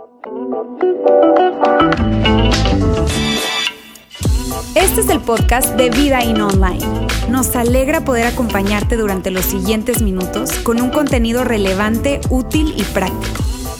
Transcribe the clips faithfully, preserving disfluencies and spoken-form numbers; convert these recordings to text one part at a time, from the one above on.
Este es el podcast de Vida In Online. Nos alegra poder acompañarte durante los siguientes minutos con un contenido relevante, útil y práctico.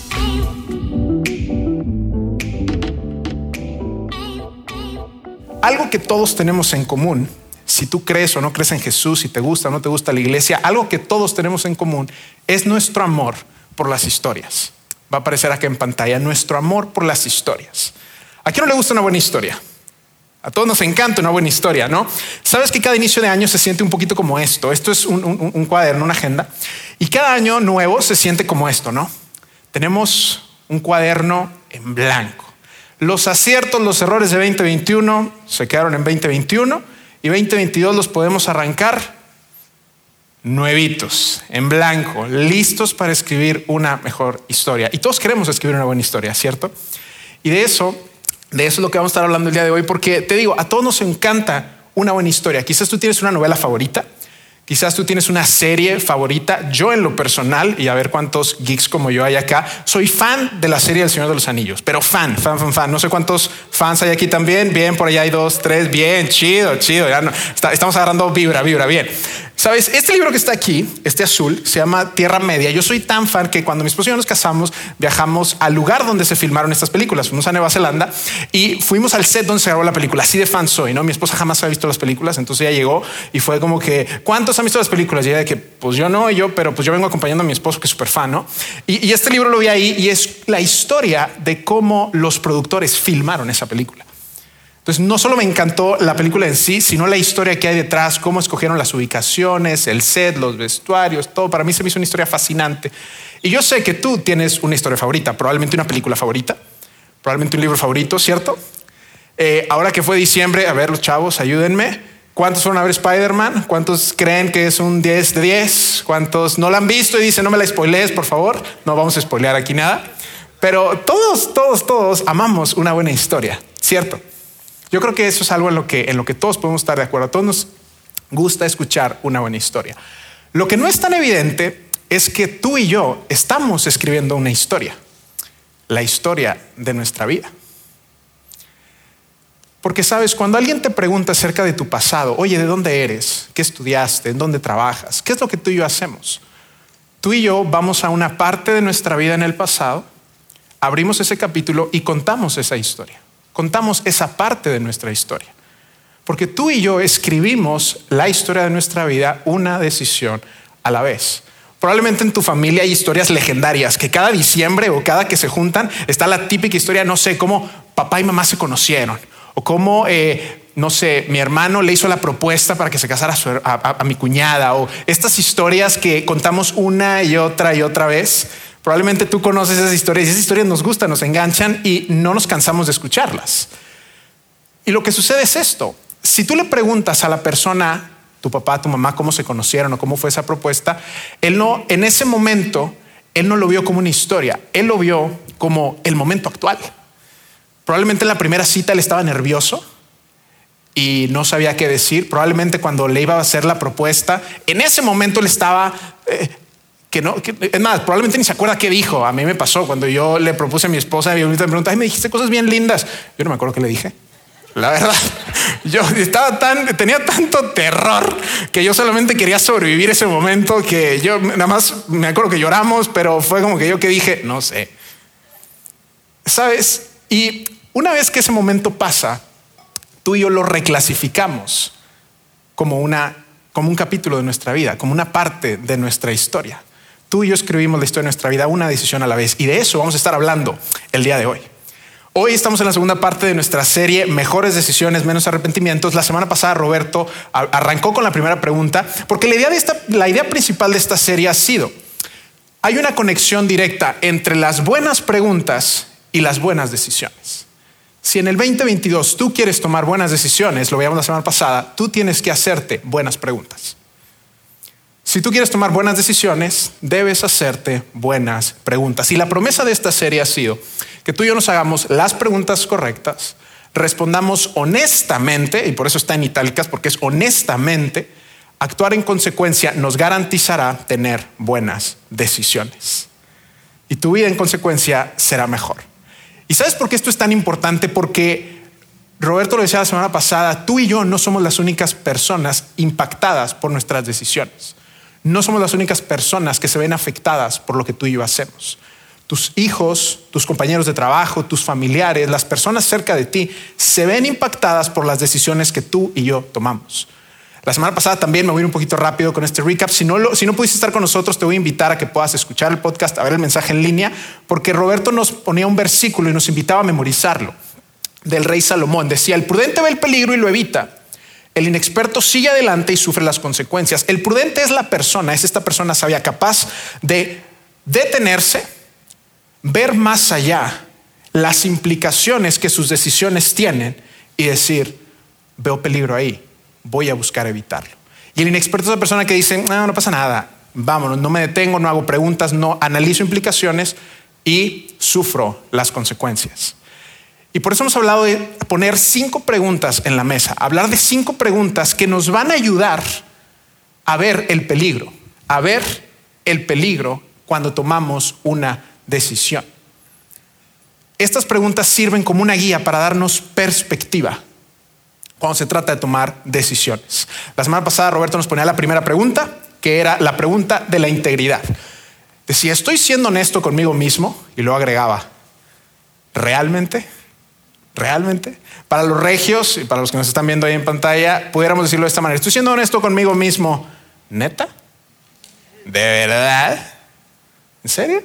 Algo que todos tenemos en común, si tú crees o no crees en Jesús, si te gusta o no te gusta la iglesia, algo que todos tenemos en común es nuestro amor por las historias. Va a aparecer acá en pantalla, nuestro amor por las historias. ¿A quién no le gusta una buena historia? A todos nos encanta una buena historia, ¿no? Sabes que cada inicio de año se siente un poquito como esto. Esto es un, un, un cuaderno, una agenda. Y cada año nuevo se siente como esto, ¿no? Tenemos un cuaderno en blanco. Los aciertos, los errores de veinte veintiuno se quedaron en veinte veintiuno y veinte veintidós los podemos arrancar nuevitos, en blanco, listos para escribir una mejor historia. Y todos queremos escribir una buena historia, ¿cierto? Y de eso... De eso es lo que vamos a estar hablando el día de hoy, porque te digo, a todos nos encanta una buena historia. Quizás tú tienes una novela favorita, quizás tú tienes una serie favorita. Yo en lo personal, y a ver cuántos geeks como yo hay acá, soy fan de la serie del Señor de los Anillos, pero fan, fan, fan, fan. No sé cuántos fans hay aquí también. Bien, por allá hay dos, tres. Bien, chido, chido. Ya no, está, estamos agarrando vibra, vibra, bien. Sabes, este libro que está aquí, este azul, se llama Tierra Media. Yo soy tan fan que cuando mi esposo y yo nos casamos, viajamos al lugar donde se filmaron estas películas. Fuimos a Nueva Zelanda y fuimos al set donde se grabó la película. Así de fan soy, ¿no? Mi esposa jamás había visto las películas, entonces ella llegó y fue como que, ¿cuántos han visto las películas? Y ella de que, pues yo no, y yo, pero pues yo vengo acompañando a mi esposo que es súper fan, ¿no? Y, y este libro lo vi ahí y es la historia de cómo los productores filmaron esa película. Entonces, no solo me encantó la película en sí, sino la historia que hay detrás, cómo escogieron las ubicaciones, el set, los vestuarios, todo. Para mí se me hizo una historia fascinante. Y yo sé que tú tienes una historia favorita, probablemente una película favorita, probablemente un libro favorito, ¿cierto? Eh, ahora que fue diciembre, a ver, los chavos, ayúdenme. ¿Cuántos fueron a ver Spider-Man? ¿Cuántos creen que es un diez de diez? ¿Cuántos no la han visto y dicen, no me la spoilees, por favor? No vamos a spoilear aquí nada. Pero todos, todos, todos amamos una buena historia, ¿cierto? Yo creo que eso es algo en lo que, en lo que todos podemos estar de acuerdo. A todos nos gusta escuchar una buena historia. Lo que no es tan evidente es que tú y yo estamos escribiendo una historia, la historia de nuestra vida. Porque sabes, cuando alguien te pregunta acerca de tu pasado, oye, ¿de dónde eres? ¿Qué estudiaste? ¿En dónde trabajas? ¿Qué es lo que tú y yo hacemos? Tú y yo vamos a una parte de nuestra vida en el pasado, abrimos ese capítulo y contamos esa historia. Contamos esa parte de nuestra historia. Porque tú y yo escribimos la historia de nuestra vida una decisión a la vez. Probablemente en tu familia hay historias legendarias que cada diciembre o cada que se juntan está la típica historia, no sé, cómo papá y mamá se conocieron o cómo, eh, no sé, mi hermano le hizo la propuesta para que se casara a, su, a, a, a mi cuñada, o estas historias que contamos una y otra y otra vez. Probablemente tú conoces esas historias y esas historias nos gustan, nos enganchan y no nos cansamos de escucharlas. Y lo que sucede es esto. Si tú le preguntas a la persona, tu papá, tu mamá, cómo se conocieron o cómo fue esa propuesta, él no, en ese momento, él no lo vio como una historia. Él lo vio como el momento actual. Probablemente en la primera cita él estaba nervioso y no sabía qué decir. Probablemente cuando le iba a hacer la propuesta, en ese momento él estaba... Eh, Que no, que, es más, probablemente ni se acuerda qué dijo. A mí me pasó cuando yo le propuse a mi esposa y me preguntó, ay, me dijiste cosas bien lindas. Yo no me acuerdo qué le dije. La verdad, yo estaba tan, tenía tanto terror que yo solamente quería sobrevivir ese momento, que yo nada más me acuerdo que lloramos, pero fue como que yo que dije, no sé. ¿Sabes? Y una vez que ese momento pasa, tú y yo lo reclasificamos como una, como un capítulo de nuestra vida, como una parte de nuestra historia. Tú y yo escribimos la historia de nuestra vida, una decisión a la vez. Y de eso vamos a estar hablando el día de hoy. Hoy estamos en la segunda parte de nuestra serie Mejores Decisiones, Menos Arrepentimientos. La semana pasada Roberto arrancó con la primera pregunta, porque la idea, de esta, la idea principal de esta serie ha sido, hay una conexión directa entre las buenas preguntas y las buenas decisiones. Si en el veinte veintidós tú quieres tomar buenas decisiones, lo veíamos la semana pasada, tú tienes que hacerte buenas preguntas. Si tú quieres tomar buenas decisiones, debes hacerte buenas preguntas. Y la promesa de esta serie ha sido que tú y yo nos hagamos las preguntas correctas, respondamos honestamente, y por eso está en itálicas, porque es honestamente, actuar en consecuencia nos garantizará tener buenas decisiones. Y tu vida en consecuencia será mejor. ¿Y sabes por qué esto es tan importante? Porque Roberto lo decía la semana pasada, tú y yo no somos las únicas personas impactadas por nuestras decisiones. No somos las únicas personas que se ven afectadas por lo que tú y yo hacemos. Tus hijos, tus compañeros de trabajo, tus familiares, las personas cerca de ti se ven impactadas por las decisiones que tú y yo tomamos. La semana pasada también me voy a ir un poquito rápido con este recap. Si no, lo, si no pudiste estar con nosotros, te voy a invitar a que puedas escuchar el podcast, a ver el mensaje en línea, porque Roberto nos ponía un versículo y nos invitaba a memorizarlo del rey Salomón. Decía, el prudente ve el peligro y lo evita. El inexperto sigue adelante y sufre las consecuencias. El prudente es la persona, es esta persona sabia, capaz de detenerse, ver más allá las implicaciones que sus decisiones tienen y decir, veo peligro ahí, voy a buscar evitarlo. Y el inexperto es la persona que dice, no, no pasa nada, vámonos, no me detengo, no hago preguntas, no analizo implicaciones y sufro las consecuencias. Y por eso hemos hablado de poner cinco preguntas en la mesa, hablar de cinco preguntas que nos van a ayudar a ver el peligro, a ver el peligro cuando tomamos una decisión. Estas preguntas sirven como una guía para darnos perspectiva cuando se trata de tomar decisiones. La semana pasada Roberto nos ponía la primera pregunta, que era la pregunta de la integridad. Decía, ¿estoy siendo honesto conmigo mismo? Y luego agregaba, ¿realmente? ¿Realmente? Para los regios y para los que nos están viendo ahí en pantalla, pudiéramos decirlo de esta manera. ¿Estoy siendo honesto conmigo mismo? ¿Neta? ¿De verdad? ¿En serio?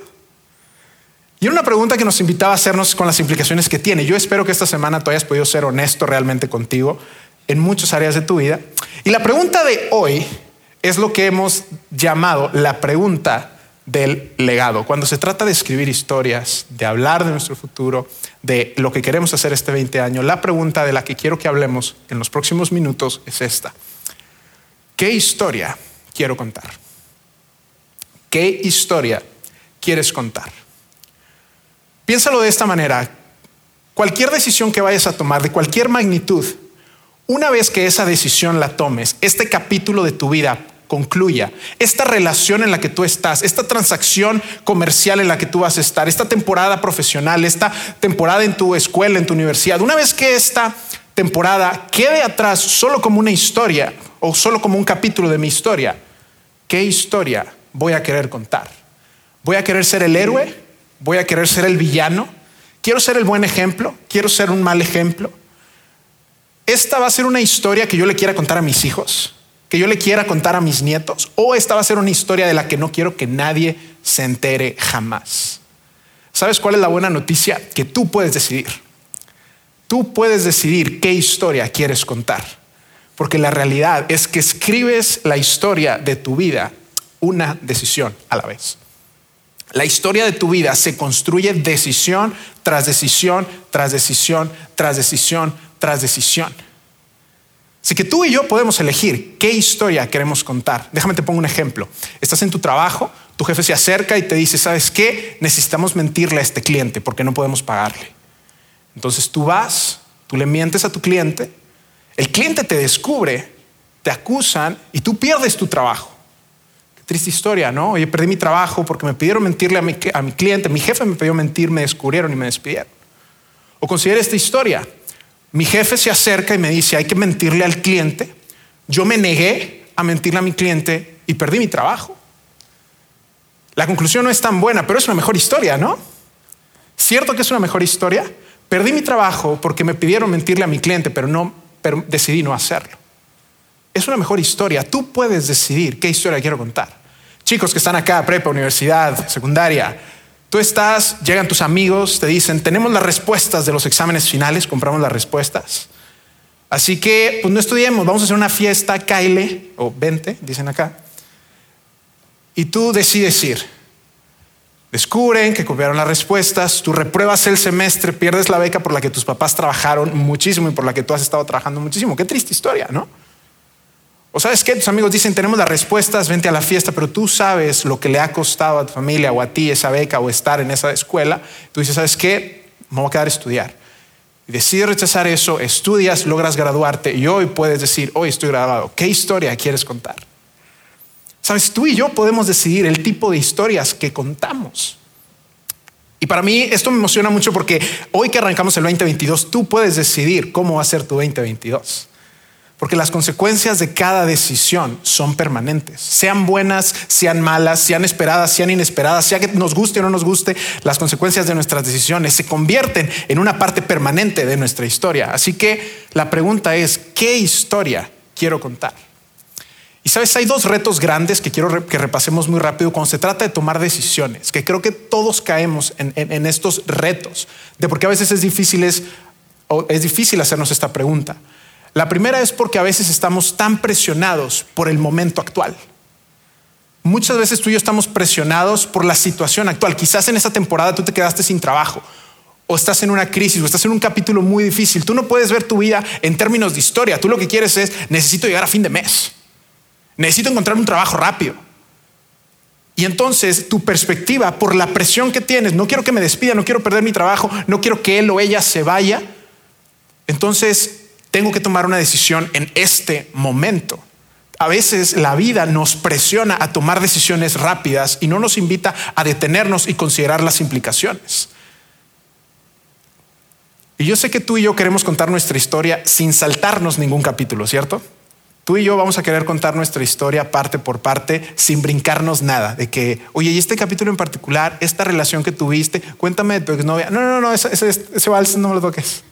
Y era una pregunta que nos invitaba a hacernos con las implicaciones que tiene. Yo espero que esta semana tú hayas podido ser honesto realmente contigo en muchas áreas de tu vida. Y la pregunta de hoy es lo que hemos llamado la pregunta del legado. Cuando se trata de escribir historias, de hablar de nuestro futuro, de lo que queremos hacer este veinte años, la pregunta de la que quiero que hablemos en los próximos minutos es esta. ¿Qué historia quiero contar? ¿Qué historia quieres contar? Piénsalo de esta manera. Cualquier decisión que vayas a tomar, de cualquier magnitud, una vez que esa decisión la tomes, este capítulo de tu vida concluya, esta relación en la que tú estás, esta transacción comercial en la que tú vas a estar, esta temporada profesional, esta temporada en tu escuela, en tu universidad, una vez que esta temporada quede atrás solo como una historia o solo como un capítulo de mi historia, ¿qué historia voy a querer contar? ¿Voy a querer ser el héroe? ¿Voy a querer ser el villano? ¿Quiero ser el buen ejemplo? ¿Quiero ser un mal ejemplo? ¿Esta va a ser una historia que yo le quiera contar a mis hijos? ¿Que yo le quiera contar a mis nietos? ¿O esta va a ser una historia de la que no quiero que nadie se entere jamás? ¿Sabes cuál es la buena noticia? Que tú puedes decidir. Tú puedes decidir qué historia quieres contar. Porque la realidad es que escribes la historia de tu vida una decisión a la vez. La historia de tu vida se construye decisión tras decisión, tras decisión, tras decisión, tras decisión. Así que tú y yo podemos elegir qué historia queremos contar. Déjame te pongo un ejemplo. Estás en tu trabajo, tu jefe se acerca y te dice, ¿sabes qué? Necesitamos mentirle a este cliente porque no podemos pagarle. Entonces tú vas, tú le mientes a tu cliente, el cliente te descubre, te acusan y tú pierdes tu trabajo. Triste historia, ¿no? Oye, perdí mi trabajo porque me pidieron mentirle a mi, a mi cliente. Mi jefe me pidió mentir, me descubrieron y me despidieron. O considera esta historia. Mi jefe se acerca y me dice, hay que mentirle al cliente. Yo me negué a mentirle a mi cliente y perdí mi trabajo. La conclusión no es tan buena, pero es una mejor historia, ¿no? ¿Cierto que es una mejor historia? Perdí mi trabajo porque me pidieron mentirle a mi cliente, pero, no, pero decidí no hacerlo. Es una mejor historia. Tú puedes decidir qué historia quiero contar. Chicos que están acá, prepa, universidad, secundaria, tú estás, llegan tus amigos, te dicen, tenemos las respuestas de los exámenes finales, compramos las respuestas. Así que, pues no estudiemos, vamos a hacer una fiesta, caile, o vente, dicen acá. Y tú decides ir. Descubren que copiaron las respuestas, tú repruebas el semestre, pierdes la beca por la que tus papás trabajaron muchísimo y por la que tú has estado trabajando muchísimo. Qué triste historia, ¿no? O sabes qué, tus amigos dicen, tenemos las respuestas, vente a la fiesta, pero tú sabes lo que le ha costado a tu familia o a ti esa beca o estar en esa escuela. Tú dices, ¿sabes qué? Me voy a quedar a estudiar. Y decides rechazar eso, estudias, logras graduarte y hoy puedes decir, hoy estoy graduado. ¿Qué historia quieres contar? Sabes, tú y yo podemos decidir el tipo de historias que contamos. Y para mí esto me emociona mucho porque hoy que arrancamos el veinte veintidós, tú puedes decidir cómo va a ser tu veinte veintidós. Porque las consecuencias de cada decisión son permanentes. Sean buenas, sean malas, sean esperadas, sean inesperadas, sea que nos guste o no nos guste, las consecuencias de nuestras decisiones se convierten en una parte permanente de nuestra historia. Así que la pregunta es, ¿qué historia quiero contar? Y sabes, hay dos retos grandes que quiero que repasemos muy rápido cuando se trata de tomar decisiones, que creo que todos caemos en, en, en estos retos, de porque a veces es difícil, es, o es difícil hacernos esta pregunta. La primera es porque a veces estamos tan presionados por el momento actual. Muchas veces tú y yo estamos presionados por la situación actual. Quizás en esa temporada tú te quedaste sin trabajo, o estás en una crisis, o estás en un capítulo muy difícil. Tú no puedes ver tu vida en términos de historia. Tú lo que quieres es, necesito llegar a fin de mes. Necesito encontrar un trabajo rápido. Y entonces tu perspectiva por la presión que tienes, no quiero que me despida, no quiero perder mi trabajo, no quiero que él o ella se vaya. Entonces tengo que tomar una decisión en este momento. A veces la vida nos presiona a tomar decisiones rápidas y no nos invita a detenernos y considerar las implicaciones. Y yo sé que tú y yo queremos contar nuestra historia sin saltarnos ningún capítulo, ¿cierto? Tú y yo vamos a querer contar nuestra historia parte por parte sin brincarnos nada. De que, oye, y este capítulo en particular, esta relación que tuviste, cuéntame de tu exnovia. No, no, no, ese, ese, ese vals no me lo toques.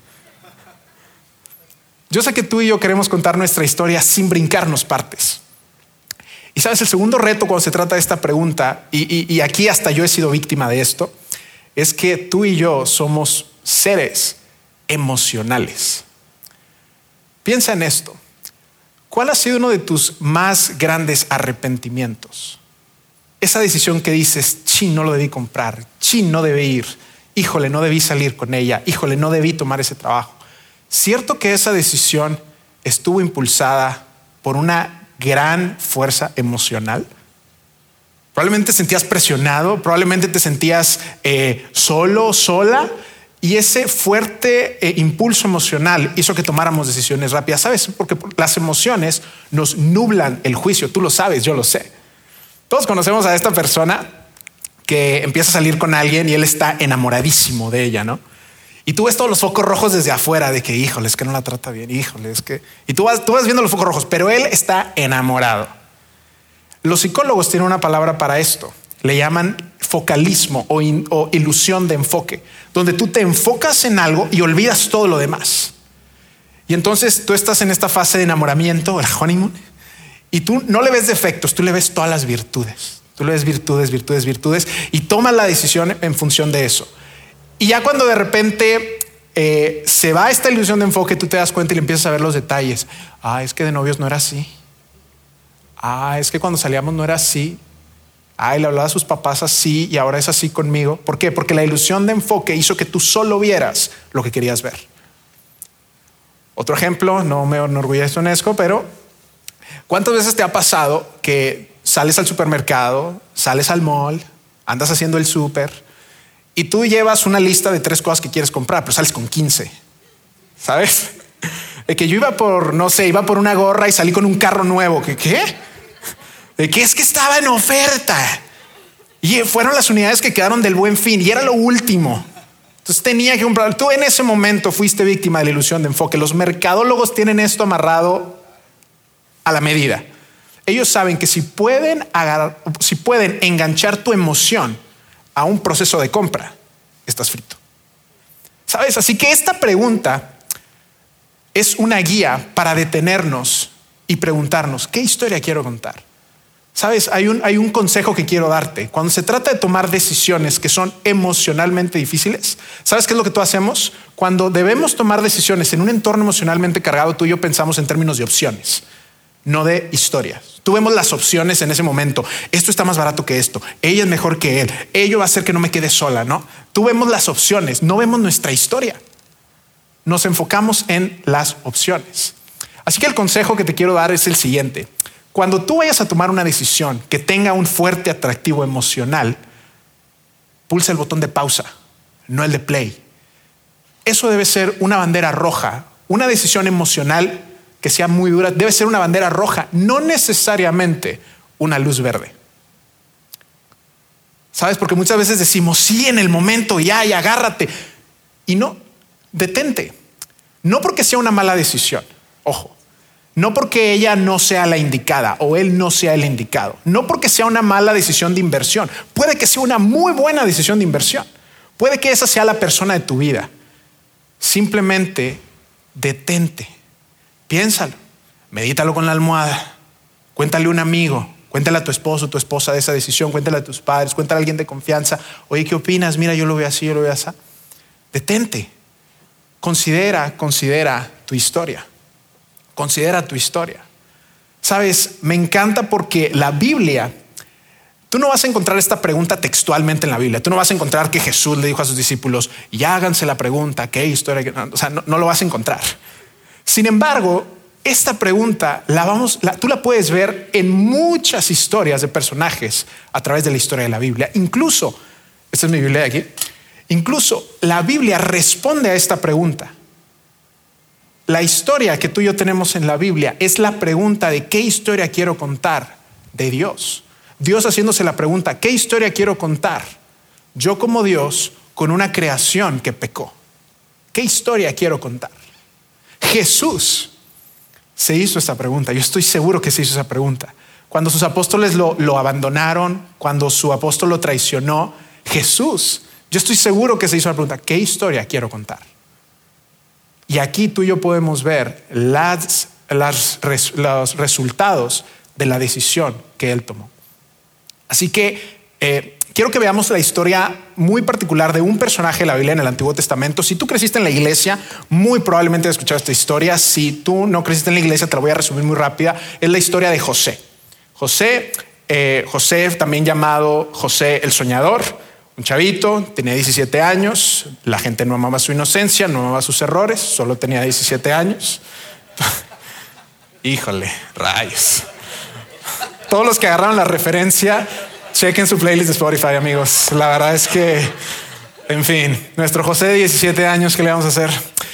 Yo sé que tú y yo queremos contar nuestra historia sin brincarnos partes. Y sabes, el segundo reto cuando se trata de esta pregunta, y, y, y aquí hasta yo he sido víctima de esto, es que tú y yo somos seres emocionales. Piensa en esto. ¿Cuál ha sido uno de tus más grandes arrepentimientos? Esa decisión que dices, chin, no lo debí comprar, chin, no debí ir, híjole, no debí salir con ella, híjole, no debí tomar ese trabajo. Cierto que esa decisión estuvo impulsada por una gran fuerza emocional. Probablemente te sentías presionado, probablemente te sentías eh, solo, sola, y ese fuerte eh, impulso emocional hizo que tomáramos decisiones rápidas. ¿Sabes? Porque las emociones nos nublan el juicio. Tú lo sabes, yo lo sé. Todos conocemos a esta persona que empieza a salir con alguien y él está enamoradísimo de ella, ¿no? Y tú ves todos los focos rojos desde afuera de que, híjole, es que no la trata bien, híjole, es que... Y tú vas, tú vas viendo los focos rojos, pero él está enamorado. Los psicólogos tienen una palabra para esto. Le llaman focalismo o, in, o ilusión de enfoque, donde tú te enfocas en algo y olvidas todo lo demás. Y entonces tú estás en esta fase de enamoramiento, el honeymoon, y tú no le ves defectos, tú le ves todas las virtudes. Tú le ves virtudes, virtudes, virtudes, y tomas la decisión en función de eso. Y ya cuando de repente eh, se va esta ilusión de enfoque, tú te das cuenta y le empiezas a ver los detalles. Ah, es que de novios no era así. Ah, es que cuando salíamos no era así. Ah, y le hablaba a sus papás así y ahora es así conmigo. ¿Por qué? Porque la ilusión de enfoque hizo que tú solo vieras lo que querías ver. Otro ejemplo, no me enorgullezco en esto, pero ¿cuántas veces te ha pasado que sales al supermercado, sales al mall, andas haciendo el súper y tú llevas una lista de tres cosas que quieres comprar, pero sales con quince? ¿Sabes? De que yo iba por, no sé, iba por una gorra y salí con un carro nuevo. ¿Qué? ¿Qué? De que es que estaba en oferta y fueron las unidades que quedaron del Buen Fin y era lo último. Entonces tenía que comprar. Tú en ese momento fuiste víctima de la ilusión de enfoque. Los mercadólogos tienen esto amarrado a la medida. Ellos saben que si pueden agarrar, si pueden enganchar tu emoción a un proceso de compra, estás frito. ¿Sabes? Así que esta pregunta es una guía para detenernos y preguntarnos, ¿qué historia quiero contar? ¿Sabes? Hay un, hay un consejo que quiero darte. Cuando se trata de tomar decisiones que son emocionalmente difíciles, ¿sabes qué es lo que tú hacemos? Cuando debemos tomar decisiones en un entorno emocionalmente cargado, tú y yo pensamos en términos de opciones, no de historias. Tú vemos las opciones en ese momento. Esto está más barato que esto. Ella es mejor que él. Ello va a hacer que no me quede sola, ¿no? Tú vemos las opciones, no vemos nuestra historia. Nos enfocamos en las opciones. Así que el consejo que te quiero dar es el siguiente. Cuando tú vayas a tomar una decisión que tenga un fuerte atractivo emocional, pulsa el botón de pausa, no el de play. Eso debe ser una bandera roja. Una decisión emocional que sea muy dura debe ser una bandera roja, no necesariamente una luz verde. ¿Sabes? Porque muchas veces decimos sí en el momento, ya, y agárrate. Y no, detente. No porque sea una mala decisión, ojo. No porque ella no sea la indicada o él no sea el indicado. No porque sea una mala decisión de inversión. Puede que sea una muy buena decisión de inversión. Puede que esa sea la persona de tu vida. Simplemente detente. Piénsalo. Medítalo con la almohada. Cuéntale a un amigo. Cuéntale a tu esposo o tu esposa de esa decisión. Cuéntale a tus padres. Cuéntale a alguien de confianza. Oye, ¿qué opinas? Mira, yo lo veo así, yo lo veo así. Detente. Considera, considera tu historia. Considera tu historia. Sabes, me encanta porque la Biblia, tú no vas a encontrar esta pregunta textualmente en la Biblia. Tú no vas a encontrar que Jesús le dijo a sus discípulos, y háganse la pregunta, ¿qué historia? O sea, no, no lo vas a encontrar. Sin embargo, esta pregunta la vamos, la, tú la puedes ver en muchas historias de personajes a través de la historia de la Biblia. Incluso, esta es mi Biblia de aquí, incluso la Biblia responde a esta pregunta. La historia que tú y yo tenemos en la Biblia es la pregunta de qué historia quiero contar de Dios. Dios haciéndose la pregunta, ¿qué historia quiero contar? Yo como Dios con una creación que pecó. ¿Qué historia quiero contar? Jesús se hizo esta pregunta. Yo estoy seguro que se hizo esa pregunta. Cuando sus apóstoles lo, lo abandonaron, cuando su apóstol lo traicionó, Jesús, yo estoy seguro que se hizo la pregunta, ¿qué historia quiero contar? Y aquí tú y yo podemos ver las, las, res, los resultados de la decisión que él tomó. Así que eh, quiero que veamos la historia muy particular de un personaje de la Biblia en el Antiguo Testamento. Si tú creciste en la iglesia, muy probablemente has escuchado esta historia. Si tú no creciste en la iglesia, te la voy a resumir muy rápida. Es la historia de José. José, eh, José también llamado José el Soñador. Un chavito, tenía diecisiete años, la gente no amaba su inocencia, no amaba sus errores, solo tenía diecisiete años. Híjole, rayos. Todos los que agarraron la referencia, chequen su playlist de Spotify, amigos. La verdad es que, en fin, nuestro José de diecisiete años, ¿qué le vamos a hacer?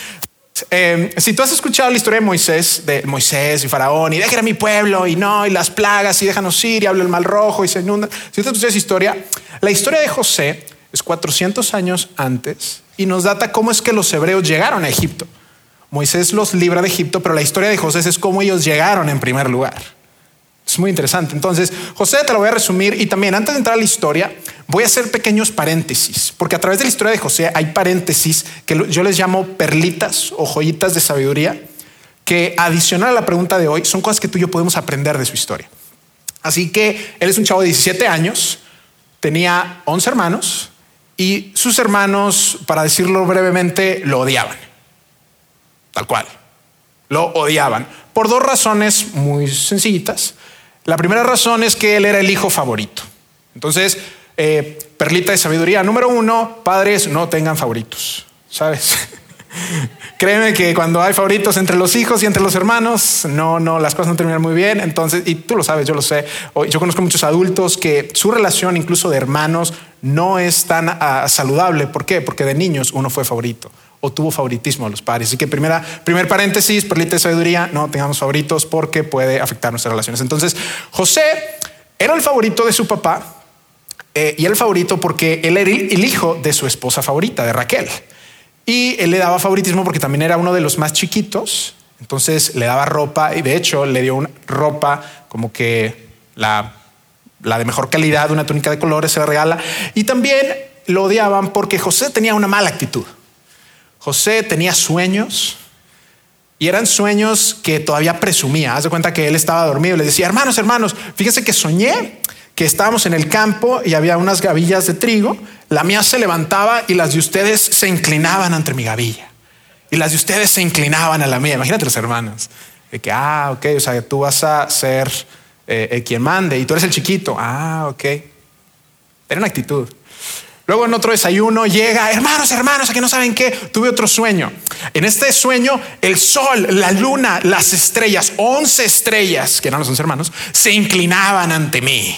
Eh, si tú has escuchado la historia de Moisés, de Moisés y Faraón, y dejen a mi pueblo, y no, y las plagas, y déjanos ir, y habla el mal rojo, y se inunda. Si tú escuchas esa historia, la historia de José es cuatrocientos años antes y nos data cómo es que los hebreos llegaron a Egipto. Moisés los libra de Egipto, pero la historia de José es cómo ellos llegaron en primer lugar. Es muy interesante. Entonces, José te lo voy a resumir y también antes de entrar a la historia, voy a hacer pequeños paréntesis, porque a través de la historia de José hay paréntesis que yo les llamo perlitas o joyitas de sabiduría, que adicional a la pregunta de hoy son cosas que tú y yo podemos aprender de su historia. Así que él es un chavo de diecisiete años, tenía once hermanos y sus hermanos, para decirlo brevemente, lo odiaban. Tal cual. Lo odiaban por dos razones muy sencillitas. La primera razón es que él era el hijo favorito. Entonces, eh, perlita de sabiduría. Número uno, padres no tengan favoritos, ¿sabes? Créeme que cuando hay favoritos entre los hijos y entre los hermanos, no, no, las cosas no terminan muy bien. Entonces, y tú lo sabes, yo lo sé. Yo conozco muchos adultos que su relación, incluso de hermanos, no es tan uh, saludable. ¿Por qué? Porque de niños uno fue favorito o tuvo favoritismo a los padres. Así que primera, primer paréntesis, perlita de sabiduría, no tengamos favoritos porque puede afectar nuestras relaciones. Entonces, José era el favorito de su papá eh, y era el favorito porque él era el hijo de su esposa favorita, de Raquel. Y él le daba favoritismo porque también era uno de los más chiquitos. Entonces le daba ropa y de hecho le dio una ropa como que la, la de mejor calidad, una túnica de colores, se la regala. Y también lo odiaban porque José tenía una mala actitud. José tenía sueños y eran sueños que todavía presumía. Haz de cuenta que él estaba dormido y le decía, hermanos, hermanos, fíjense que soñé que estábamos en el campo y había unas gavillas de trigo. La mía se levantaba y las de ustedes se inclinaban ante mi gavilla. Y las de ustedes se inclinaban a la mía. Imagínate los hermanos. De que, ah, ok, o sea, tú vas a ser eh, eh, quien mande y tú eres el chiquito. Ah, ok. Era una actitud. Luego en otro desayuno llega, hermanos, hermanos, ¿a que no saben qué? Tuve otro sueño. En este sueño, el sol, la luna, las estrellas, once estrellas, que eran los once hermanos, se inclinaban ante mí.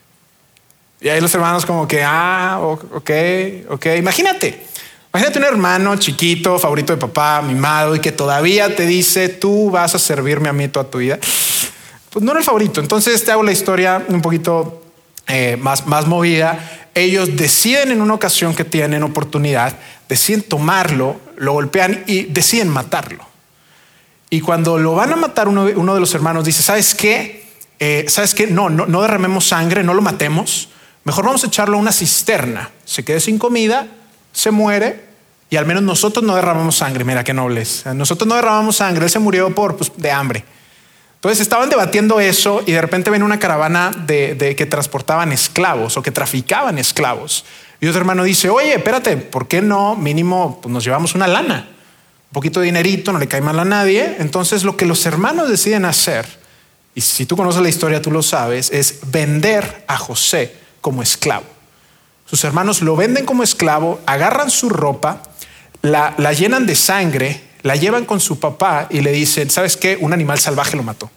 Y ahí los hermanos como que, ah, ok, ok. Imagínate, imagínate un hermano chiquito, favorito de papá, mimado, y que todavía te dice, tú vas a servirme a mí toda tu vida. Pues no era el favorito. Entonces te hago la historia un poquito eh, más, más movida. ellos deciden en una ocasión que tienen oportunidad, deciden tomarlo, lo golpean y deciden matarlo. Y cuando lo van a matar, uno, uno de los hermanos dice, ¿sabes qué? Eh, ¿Sabes qué? No, no, no derramemos sangre, no lo matemos. Mejor vamos a echarlo a una cisterna. Se quede sin comida, se muere y al menos nosotros no derramamos sangre. Mira qué nobles. Nosotros no derramamos sangre. Él se murió por, pues, de hambre. Entonces estaban debatiendo eso y de repente ven una caravana de, de que transportaban esclavos o que traficaban esclavos. Y otro hermano dice, oye, espérate, ¿por qué no? Mínimo pues nos llevamos una lana, un poquito de dinerito, no le cae mal a nadie. Entonces lo que los hermanos deciden hacer, y si tú conoces la historia, tú lo sabes, es vender a José como esclavo. Sus hermanos lo venden como esclavo, agarran su ropa, la, la llenan de sangre, la llevan con su papá y le dicen, ¿sabes qué? Un animal salvaje lo mató.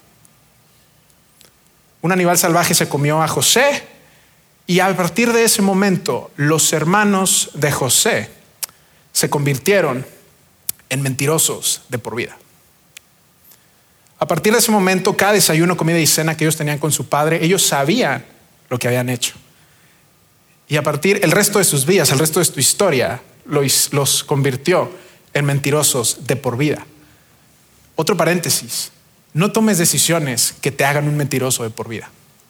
Un animal salvaje se comió a José y a partir de ese momento los hermanos de José se convirtieron en mentirosos de por vida. A partir de ese momento, cada desayuno, comida y cena que ellos tenían con su padre, ellos sabían lo que habían hecho. Y a partir el resto de sus vidas, el resto de su historia, los, los convirtió en mentirosos de por vida. Otro paréntesis, no tomes decisiones que te hagan un mentiroso de por vida.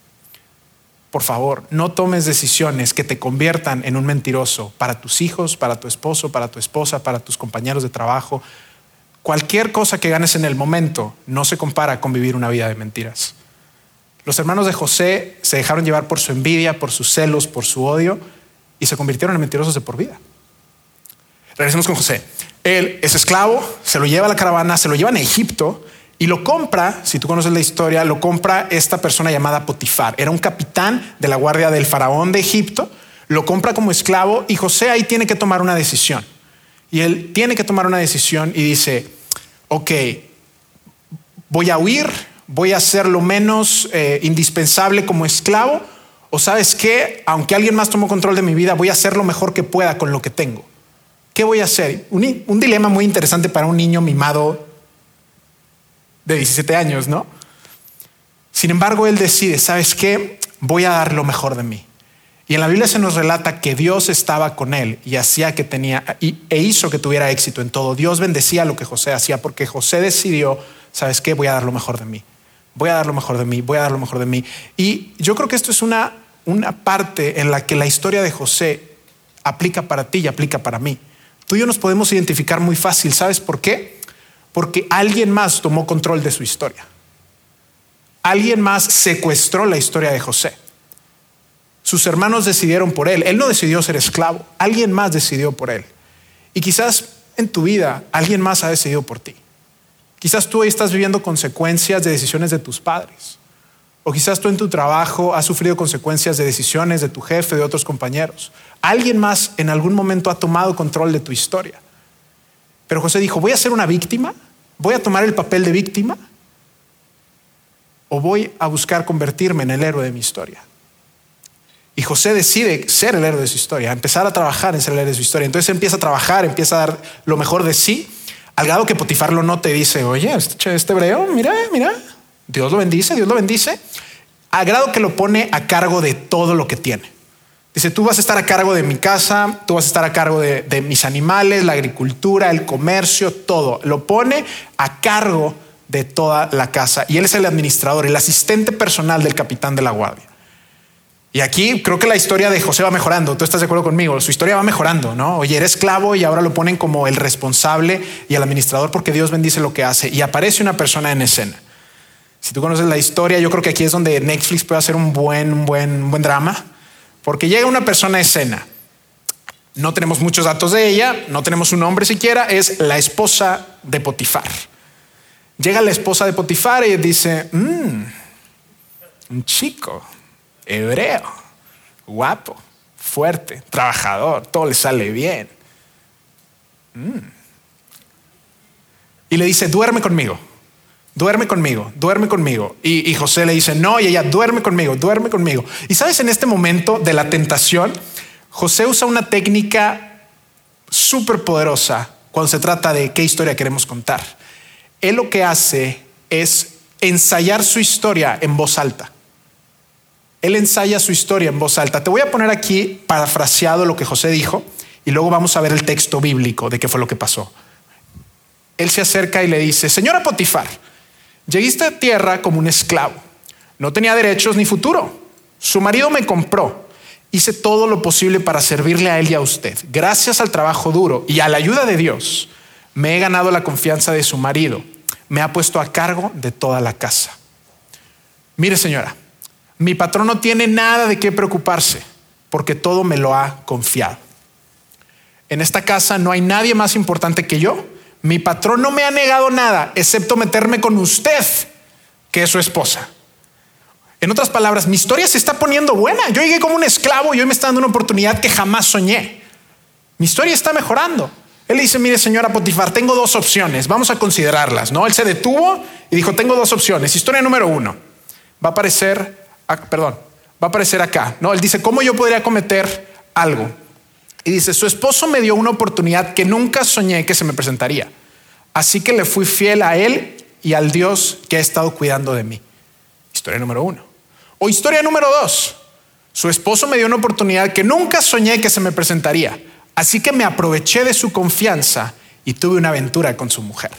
Por favor, no tomes decisiones que te conviertan en un mentiroso para tus hijos, para tu esposo, para tu esposa, para tus compañeros de trabajo. Cualquier cosa que ganes en el momento no se compara con vivir una vida de mentiras. Los hermanos de José se dejaron llevar por su envidia, por sus celos, por su odio y se convirtieron en mentirosos de por vida. Regresemos con José. Él es esclavo, se lo lleva a la caravana, se lo llevan a Egipto y lo compra, si tú conoces la historia, lo compra esta persona llamada Potifar. Era un capitán de la guardia del faraón de Egipto, lo compra como esclavo y José ahí tiene que tomar una decisión. Y él tiene que tomar una decisión y dice, ok, voy a huir, voy a ser lo menos eh, indispensable como esclavo, o sabes qué, aunque alguien más tomó control de mi vida, voy a hacer lo mejor que pueda con lo que tengo. ¿Qué voy a hacer? Un, un dilema muy interesante para un niño mimado de diecisiete años, ¿no? Sin embargo, él decide, ¿sabes qué? Voy a dar lo mejor de mí. Y en la Biblia se nos relata que Dios estaba con él y hacía que tenía y, e hizo que tuviera éxito en todo. Dios bendecía lo que José hacía porque José decidió, ¿sabes qué? Voy a dar lo mejor de mí. Voy a dar lo mejor de mí, voy a dar lo mejor de mí. Y yo creo que esto es una, una parte en la que la historia de José aplica para ti y aplica para mí. Tú y yo nos podemos identificar muy fácil. ¿Sabes por qué? Porque alguien más tomó control de su historia. Alguien más secuestró la historia de José. Sus hermanos decidieron por él. Él no decidió ser esclavo. Alguien más decidió por él. Y quizás en tu vida alguien más ha decidido por ti. Quizás tú hoy estás viviendo consecuencias de decisiones de tus padres. O quizás tú en tu trabajo has sufrido consecuencias de decisiones de tu jefe, de otros compañeros. Alguien más en algún momento ha tomado control de tu historia. Pero José dijo, ¿voy a ser una víctima? ¿Voy a tomar el papel de víctima? ¿O voy a buscar convertirme en el héroe de mi historia? Y José decide ser el héroe de su historia, empezar a trabajar en ser el héroe de su historia. Entonces empieza a trabajar, empieza a dar lo mejor de sí, al grado que Potifar lo nota y dice, oye, este, este hebreo, mira, mira, Dios lo bendice, Dios lo bendice. Al grado que lo pone a cargo de todo lo que tiene. Dice, tú vas a estar a cargo de mi casa, tú vas a estar a cargo de, de mis animales, la agricultura, el comercio, todo. Lo pone a cargo de toda la casa. Y él es el administrador, el asistente personal del capitán de la guardia. Y aquí creo que la historia de José va mejorando. ¿Tú estás de acuerdo conmigo? Su historia va mejorando, ¿no? Oye, era esclavo y ahora lo ponen como el responsable y el administrador porque Dios bendice lo que hace. Y aparece una persona en escena. Si tú conoces la historia, yo creo que aquí es donde Netflix puede hacer un buen, un buen, un buen drama. Porque llega una persona a escena. No tenemos muchos datos de ella, no tenemos su nombre siquiera. Es la esposa de Potifar. Llega la esposa de Potifar y dice, mmm, un chico hebreo, guapo, fuerte, trabajador, todo le sale bien. Mm. Y le dice, duerme conmigo, duerme conmigo, duerme conmigo. Y, y José le dice, no, y ella, duerme conmigo, duerme conmigo. Y sabes, en este momento de la tentación, José usa una técnica súper poderosa cuando se trata de qué historia queremos contar. Él lo que hace es ensayar su historia en voz alta. Él ensaya su historia en voz alta. Te voy a poner aquí parafraseado lo que José dijo y luego vamos a ver el texto bíblico de qué fue lo que pasó. Él se acerca y le dice: señora Potifar, llegué a tierra como un esclavo. No tenía derechos ni futuro. Su marido me compró. Hice todo lo posible para servirle a él y a usted. Gracias al trabajo duro y a la ayuda de Dios, me he ganado la confianza de su marido. Me ha puesto a cargo de toda la casa. Mire, señora, mi patrón no tiene nada de qué preocuparse porque todo me lo ha confiado. En esta casa no hay nadie más importante que yo. Mi patrón no me ha negado nada excepto meterme con usted, que es su esposa. En otras palabras, mi historia se está poniendo buena. Yo llegué como un esclavo y hoy me está dando una oportunidad que jamás soñé. Mi historia está mejorando. Él dice: mire, señora Potifar, tengo dos opciones. Vamos a considerarlas, ¿no? Él se detuvo y dijo: tengo dos opciones. Historia número uno. Va a aparecer, perdón, va a aparecer acá. No, él dice: ¿cómo yo podría cometer algo? Y dice: su esposo me dio una oportunidad que nunca soñé que se me presentaría. Así que le fui fiel a él y al Dios que ha estado cuidando de mí. Historia número uno. O historia número dos. Su esposo me dio una oportunidad que nunca soñé que se me presentaría. Así que me aproveché de su confianza y tuve una aventura con su mujer.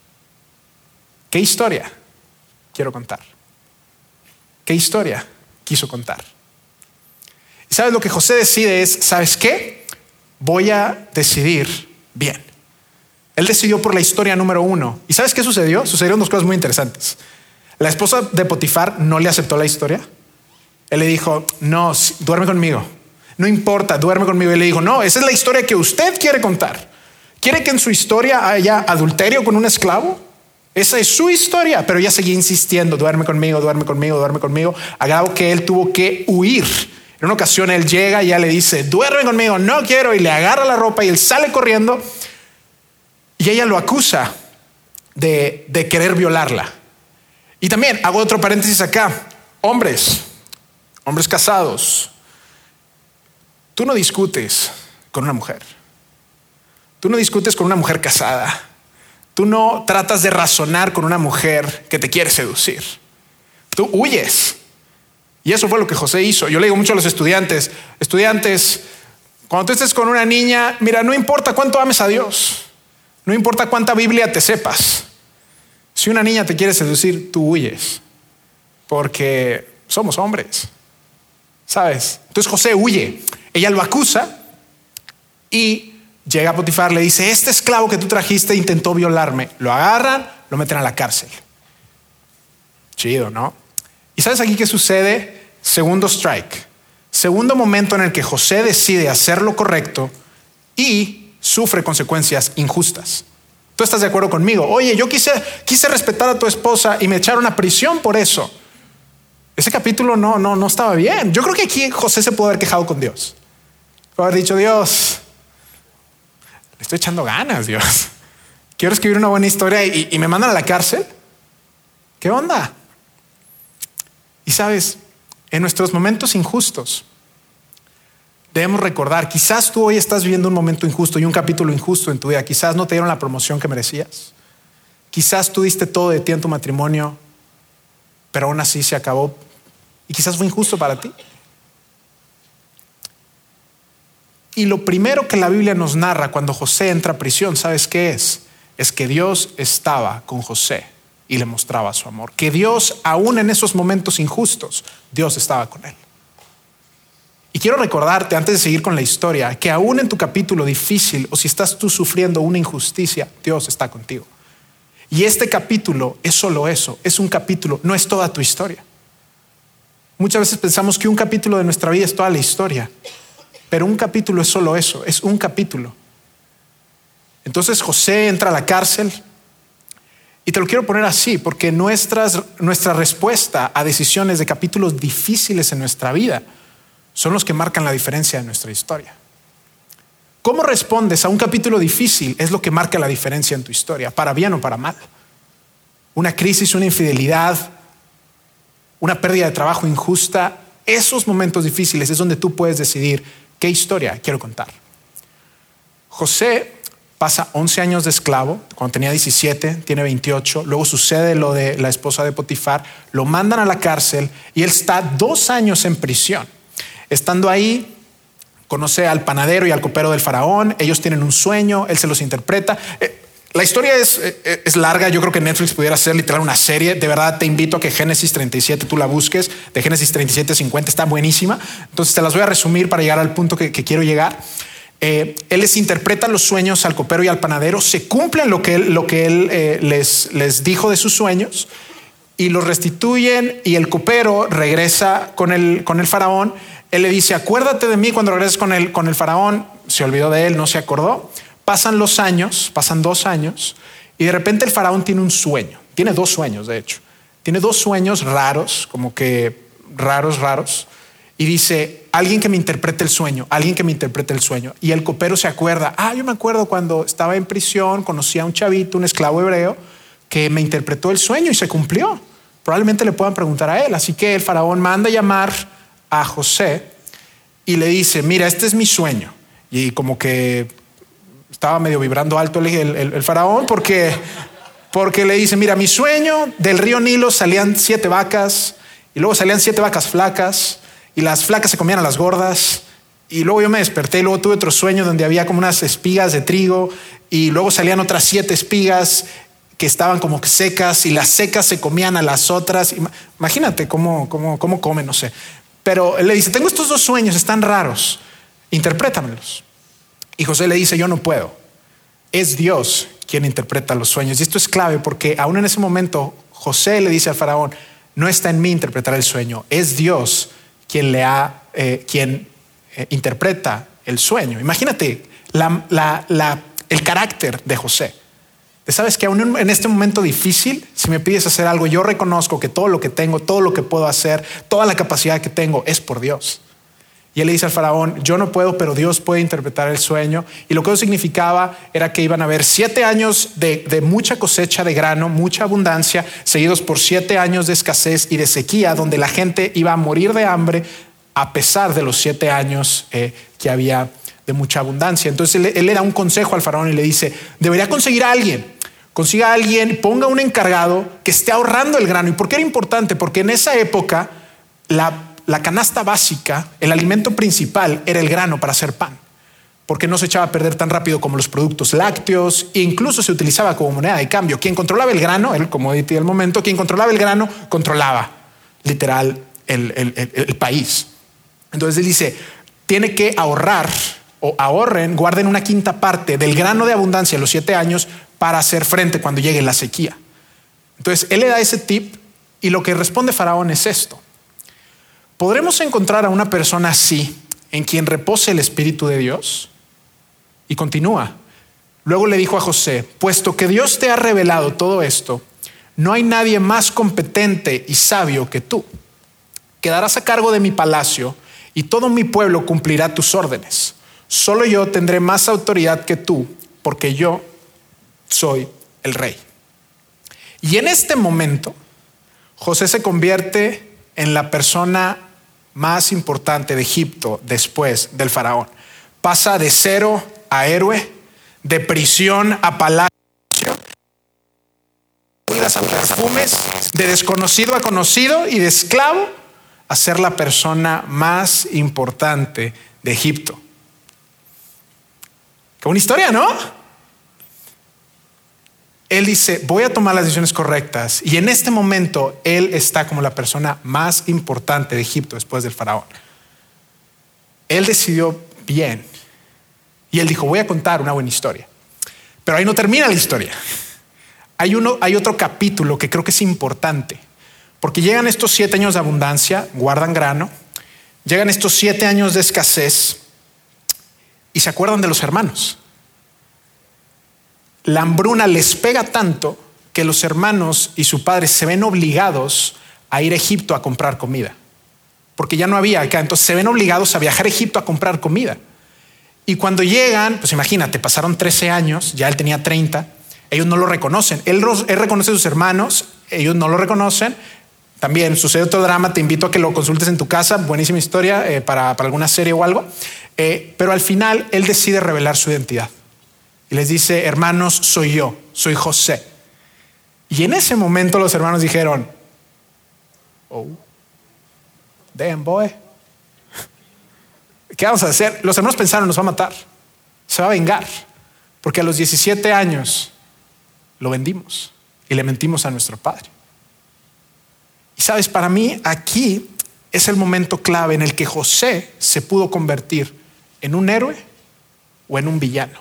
¿Qué historia quiero contar? ¿Qué historia quiso contar? Y sabes, lo que José decide es: ¿sabes qué? Voy a decidir bien. Él decidió por la historia número uno. ¿Y sabes qué sucedió? Sucedieron dos cosas muy interesantes. La esposa de Potifar no le aceptó la historia. Él le dijo: no, duerme conmigo. No importa, duerme conmigo. Y le dijo: no, esa es la historia que usted quiere contar. ¿Quiere que en su historia haya adulterio con un esclavo? Esa es su historia. Pero ella seguía insistiendo: duerme conmigo, duerme conmigo, duerme conmigo. A grado que él tuvo que huir. En una ocasión él llega y ella le dice: duerme conmigo, no quiero. Y le agarra la ropa y él sale corriendo. Y ella lo acusa de, de querer violarla. Y también hago otro paréntesis acá. Hombres, hombres casados, tú no discutes con una mujer. Tú no discutes con una mujer casada. Tú no tratas de razonar con una mujer que te quiere seducir. Tú huyes. Y eso fue lo que José hizo. Yo le digo mucho a los estudiantes: estudiantes, cuando tú estés con una niña, mira, no importa cuánto ames a Dios, no importa cuánta Biblia te sepas. Si una niña te quiere seducir, tú huyes, porque somos hombres, ¿sabes? Entonces José huye. Ella lo acusa y llega a Potifar, le dice: este esclavo que tú trajiste intentó violarme. Lo agarran, lo meten a la cárcel. Chido, ¿no? ¿Y sabes aquí qué sucede? Segundo strike. Segundo momento en el que José decide hacer lo correcto y sufre consecuencias injustas. Tú estás de acuerdo conmigo. Oye, yo quise, quise respetar a tu esposa y me echaron a prisión por eso. Ese capítulo no, no, no estaba bien. Yo creo que aquí José se puede haber quejado con Dios. Puede haber dicho: Dios, le estoy echando ganas, Dios. Quiero escribir una buena historia y, y me mandan a la cárcel. ¿Qué onda? Y sabes, en nuestros momentos injustos debemos recordar, quizás tú hoy estás viviendo un momento injusto y un capítulo injusto en tu vida. Quizás no te dieron la promoción que merecías. Quizás tú diste todo de ti en tu matrimonio, pero aún así se acabó. Y quizás fue injusto para ti. Y lo primero que la Biblia nos narra cuando José entra a prisión, ¿sabes qué es? Es que Dios estaba con José y le mostraba su amor. Que Dios, aún en esos momentos injustos, Dios estaba con él. Y quiero recordarte, antes de seguir con la historia, que aún en tu capítulo difícil o si estás tú sufriendo una injusticia, Dios está contigo. Y este capítulo es solo eso, es un capítulo, no es toda tu historia. Muchas veces pensamos que un capítulo de nuestra vida es toda la historia, pero un capítulo es solo eso, es un capítulo. Entonces José entra a la cárcel y te lo quiero poner así, porque nuestras, nuestra respuesta a decisiones de capítulos difíciles en nuestra vida son los que marcan la diferencia de nuestra historia. ¿Cómo respondes a un capítulo difícil? Es lo que marca la diferencia en tu historia, para bien o para mal. Una crisis, una infidelidad, una pérdida de trabajo injusta. Esos momentos difíciles es donde tú puedes decidir qué historia quiero contar. José pasa once años de esclavo. Cuando tenía diecisiete, tiene veintiocho. Luego sucede lo de la esposa de Potifar. Lo mandan a la cárcel y él está dos años en prisión. Estando ahí, conoce al panadero y al copero del faraón. Ellos tienen un sueño, él se los interpreta. Eh, la historia es, eh, es larga. Yo creo que Netflix pudiera hacer literal una serie. De verdad te invito a que Génesis treinta y siete tú la busques. De Génesis treinta y siete a cincuenta está buenísima. Entonces te las voy a resumir para llegar al punto que, que quiero llegar. Eh, él les interpreta los sueños al copero y al panadero, se cumplen lo que él, lo que él eh, les, les dijo de sus sueños y los restituyen, y el copero regresa con el, con el faraón. Él le dice: acuérdate de mí cuando regreses con el, con el faraón. Se olvidó de él, no se acordó. Pasan los años, pasan dos años y de repente el faraón tiene un sueño. Tiene dos sueños, de hecho. Tiene dos sueños raros, como que raros, raros. Y dice: alguien que me interprete el sueño, alguien que me interprete el sueño. Y el copero se acuerda: ah, yo me acuerdo cuando estaba en prisión, conocí a un chavito, un esclavo hebreo, que me interpretó el sueño y se cumplió. Probablemente le puedan preguntar a él. Así que el faraón manda llamar a José y le dice: mira, este es mi sueño. Y como que estaba medio vibrando alto el, el, el faraón porque, porque le dice: mira, mi sueño, del río Nilo salían siete vacas y luego salían siete vacas flacas. Y las flacas se comían a las gordas. Y luego yo me desperté y luego tuve otro sueño donde había como unas espigas de trigo. Y luego salían otras siete espigas que estaban como secas. Y las secas se comían a las otras. Imagínate cómo, cómo, cómo comen, no sé. Pero él le dice: tengo estos dos sueños, están raros. Interprétamelos. Y José le dice: yo no puedo. Es Dios quien interpreta los sueños. Y esto es clave porque aún en ese momento José le dice al faraón: no está en mí interpretar el sueño. Es Dios quien le ha, eh, quien eh, interpreta el sueño. Imagínate la, la, la, el carácter de José. Sabes que aún en este momento difícil, si me pides hacer algo, yo reconozco que todo lo que tengo, todo lo que puedo hacer, toda la capacidad que tengo es por Dios. Y él le dice al faraón: yo no puedo, pero Dios puede interpretar el sueño. Y lo que eso significaba era que iban a haber siete años de, de mucha cosecha de grano, mucha abundancia, seguidos por siete años de escasez y de sequía, donde la gente iba a morir de hambre a pesar de los siete años eh, que había de mucha abundancia. Entonces él, él le da un consejo al faraón y le dice: debería conseguir a alguien. Consiga a alguien, ponga un encargado que esté ahorrando el grano. ¿Y por qué era importante? Porque en esa época la La canasta básica, el alimento principal, era el grano para hacer pan, porque no se echaba a perder tan rápido como los productos lácteos e incluso se utilizaba como moneda de cambio. Quien controlaba el grano, el commodity del momento, quien controlaba el grano, controlaba literal el, el, el, el país. Entonces él dice: tiene que ahorrar o ahorren, guarden una quinta parte del grano de abundancia en los siete años para hacer frente cuando llegue la sequía. Entonces él le da ese tip y lo que responde Faraón es esto: ¿podremos encontrar a una persona así en quien repose el Espíritu de Dios? Y continúa. Luego le dijo a José: puesto que Dios te ha revelado todo esto, no hay nadie más competente y sabio que tú. Quedarás a cargo de mi palacio y todo mi pueblo cumplirá tus órdenes. Solo yo tendré más autoridad que tú, porque yo soy el rey. Y en este momento, José se convierte en la persona más importante de Egipto después del faraón. Pasa de cero a héroe, de prisión a palacio, a perfumes, de desconocido a conocido y de esclavo a ser la persona más importante de Egipto. Qué buena historia, ¿no? Él dice: voy a tomar las decisiones correctas. Y en este momento él está como la persona más importante de Egipto después del faraón. Él decidió bien. Y él dijo: voy a contar una buena historia. Pero ahí no termina la historia. Hay, uno, hay otro capítulo que creo que es importante. Porque llegan estos siete años de abundancia, guardan grano. Llegan estos siete años de escasez y se acuerdan de los hermanos. La hambruna les pega tanto que los hermanos y su padre se ven obligados a ir a Egipto a comprar comida, porque ya no había acá. Entonces se ven obligados a viajar a Egipto a comprar comida. Y cuando llegan, pues imagínate, pasaron trece años, ya él tenía treinta. Ellos no lo reconocen. Él, él reconoce a sus hermanos, ellos no lo reconocen. También sucede otro drama. Te invito a que lo consultes en tu casa. Buenísima historia eh, para, para alguna serie o algo. Eh, pero al final él decide revelar su identidad. y les dice, hermanos, soy yo, soy José. Y en ese momento los hermanos dijeron, oh, damn boy, ¿qué vamos a hacer? Los hermanos pensaron, nos va a matar, se va a vengar, porque a los diecisiete años lo vendimos y le mentimos a nuestro padre. Y sabes, para mí aquí es el momento clave en el que José se pudo convertir en un héroe o en un villano.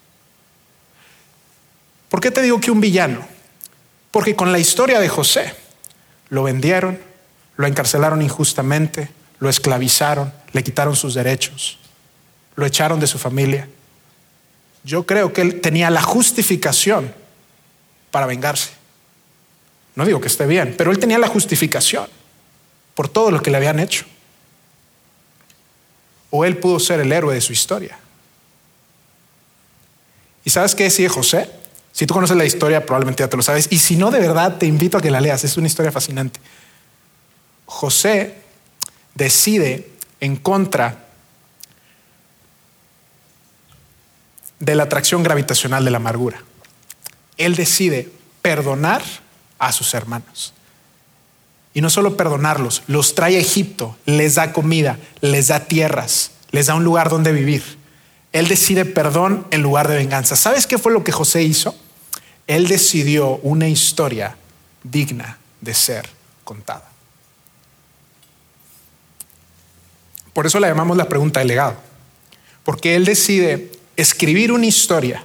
¿Por qué te digo que un villano? Porque con la historia de José lo vendieron, lo encarcelaron injustamente, lo esclavizaron, le quitaron sus derechos, lo echaron de su familia. Yo creo que él tenía la justificación para vengarse. No digo que esté bien, pero él tenía la justificación por todo lo que le habían hecho. O él pudo ser el héroe de su historia. ¿Y sabes qué decide José? Si tú conoces la historia, probablemente ya te lo sabes. Y si no, de verdad, te invito a que la leas. Es una historia fascinante. José decide en contra de la atracción gravitacional de la amargura. Él decide perdonar a sus hermanos. Y no solo perdonarlos, los trae a Egipto, les da comida, les da tierras, les da un lugar donde vivir. Él decide perdón en lugar de venganza. ¿Sabes qué fue lo que José hizo? Él decidió una historia digna de ser contada. Por eso la llamamos la pregunta del legado. Porque él decide escribir una historia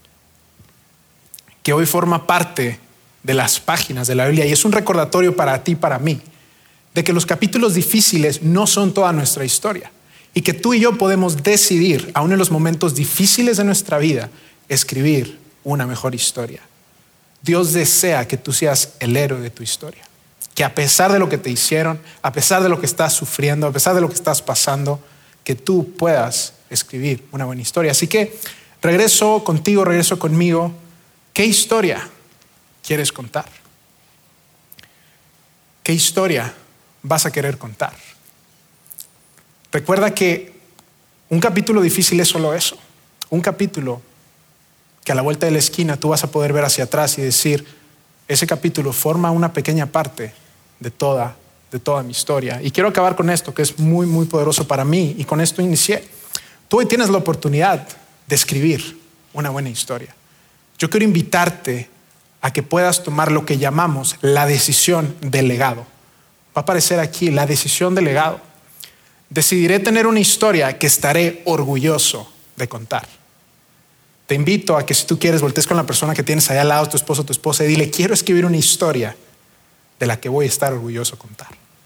que hoy forma parte de las páginas de la Biblia y es un recordatorio para ti y para mí de que los capítulos difíciles no son toda nuestra historia y que tú y yo podemos decidir, aún en los momentos difíciles de nuestra vida, escribir una mejor historia. Dios desea que tú seas el héroe de tu historia, que a pesar de lo que te hicieron, a pesar de lo que estás sufriendo, a pesar de lo que estás pasando, que tú puedas escribir una buena historia. Así que regreso contigo, regreso conmigo. ¿Qué historia quieres contar? ¿Qué historia vas a querer contar? Recuerda que un capítulo difícil es solo eso, un capítulo que a la vuelta de la esquina tú vas a poder ver hacia atrás y decir, ese capítulo forma una pequeña parte de toda, de toda mi historia. Y quiero acabar con esto que es muy, muy poderoso para mí y con esto inicié. Tú hoy tienes la oportunidad de escribir una buena historia. Yo quiero invitarte a que puedas tomar lo que llamamos la decisión del legado. Va a aparecer aquí la decisión del legado. Decidiré tener una historia que estaré orgulloso de contar. Te invito a que si tú quieres voltees con la persona que tienes allá al lado, tu esposo o tu esposa, y dile, quiero escribir una historia de la que voy a estar orgulloso de contar.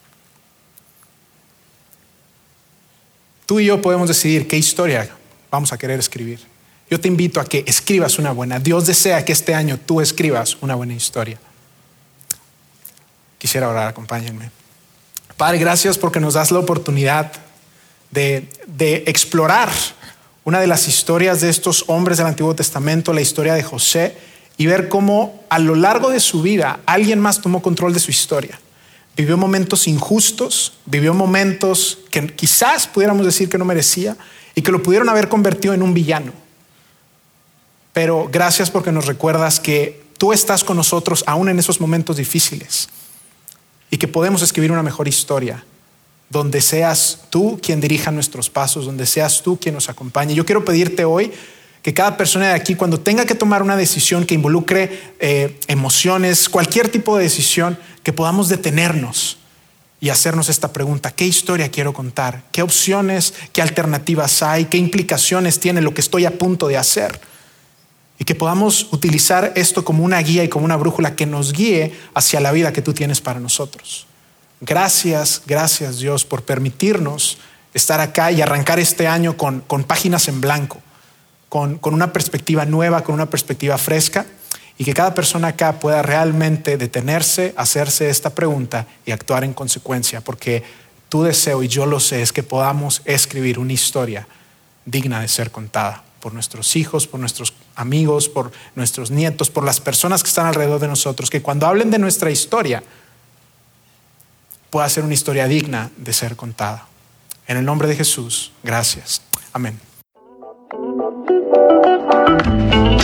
Tú y yo podemos decidir qué historia vamos a querer escribir. Yo te invito a que escribas una buena. Dios desea que este año tú escribas una buena historia. Quisiera orar, acompáñenme. Padre, gracias porque nos das la oportunidad de, de explorar una de las historias de estos hombres del Antiguo Testamento, la historia de José, y ver cómo a lo largo de su vida alguien más tomó control de su historia. Vivió momentos injustos, vivió momentos que quizás pudiéramos decir que no merecía y que lo pudieron haber convertido en un villano. Pero gracias porque nos recuerdas que tú estás con nosotros aún en esos momentos difíciles y que podemos escribir una mejor historia donde seas tú quien dirija nuestros pasos, donde seas tú quien nos acompañe. Yo quiero pedirte hoy que cada persona de aquí, cuando tenga que tomar una decisión que involucre eh, emociones, cualquier tipo de decisión, que podamos detenernos y hacernos esta pregunta: ¿qué historia quiero contar? ¿Qué opciones, qué alternativas hay? ¿Qué implicaciones tiene lo que estoy a punto de hacer? Y que podamos utilizar esto como una guía y como una brújula que nos guíe hacia la vida que tú tienes para nosotros. Gracias, gracias Dios por permitirnos estar acá y arrancar este año con, con páginas en blanco, con, con una perspectiva nueva, con una perspectiva fresca, y que cada persona acá pueda realmente detenerse, hacerse esta pregunta y actuar en consecuencia, porque tu deseo, y yo lo sé, es que podamos escribir una historia digna de ser contada por nuestros hijos, por nuestros amigos, por nuestros nietos, por las personas que están alrededor de nosotros, que cuando hablen de nuestra historia pueda ser una historia digna de ser contada. En el nombre de Jesús, gracias. Amén.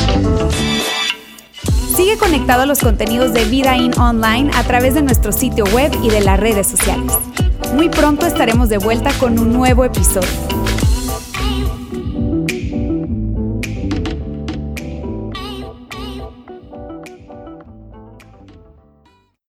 conectado a los contenidos de Vida In Online a través de nuestro sitio web y de las redes sociales. Muy pronto estaremos de vuelta con un nuevo episodio.